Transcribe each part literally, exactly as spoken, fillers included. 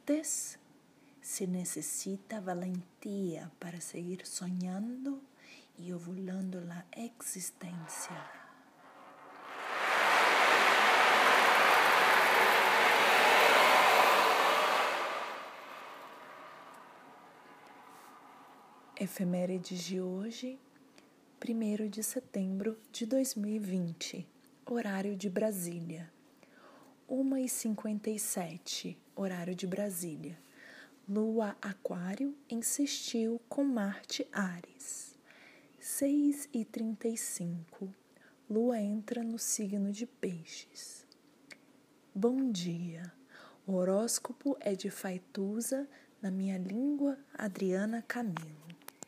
martes se necesita valentía para seguir soñando y ovulando la existencia. Efemérides de hoje, primeiro de setembro de dois mil e vinte, horário de Brasília. uma e cinquenta e sete, horário de Brasília. Lua Aquário insistiu com Marte Áries. seis e trinta e cinco, Lua entra no signo de Peixes. Bom dia. O horóscopo é de Faituza, na minha língua, Adriana Camilo.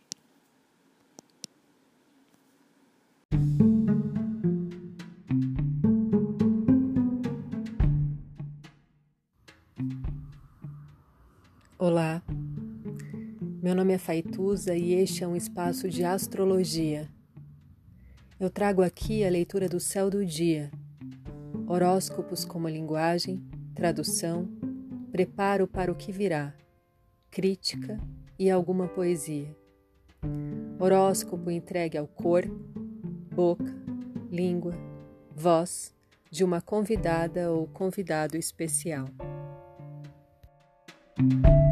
Olá, meu nome é Faituza e este é um espaço de astrologia. Eu trago aqui a leitura do céu do dia, horóscopos como linguagem, tradução, preparo para o que virá, crítica e alguma poesia. Horóscopo entregue ao corpo, boca, língua, voz de uma convidada ou convidado especial.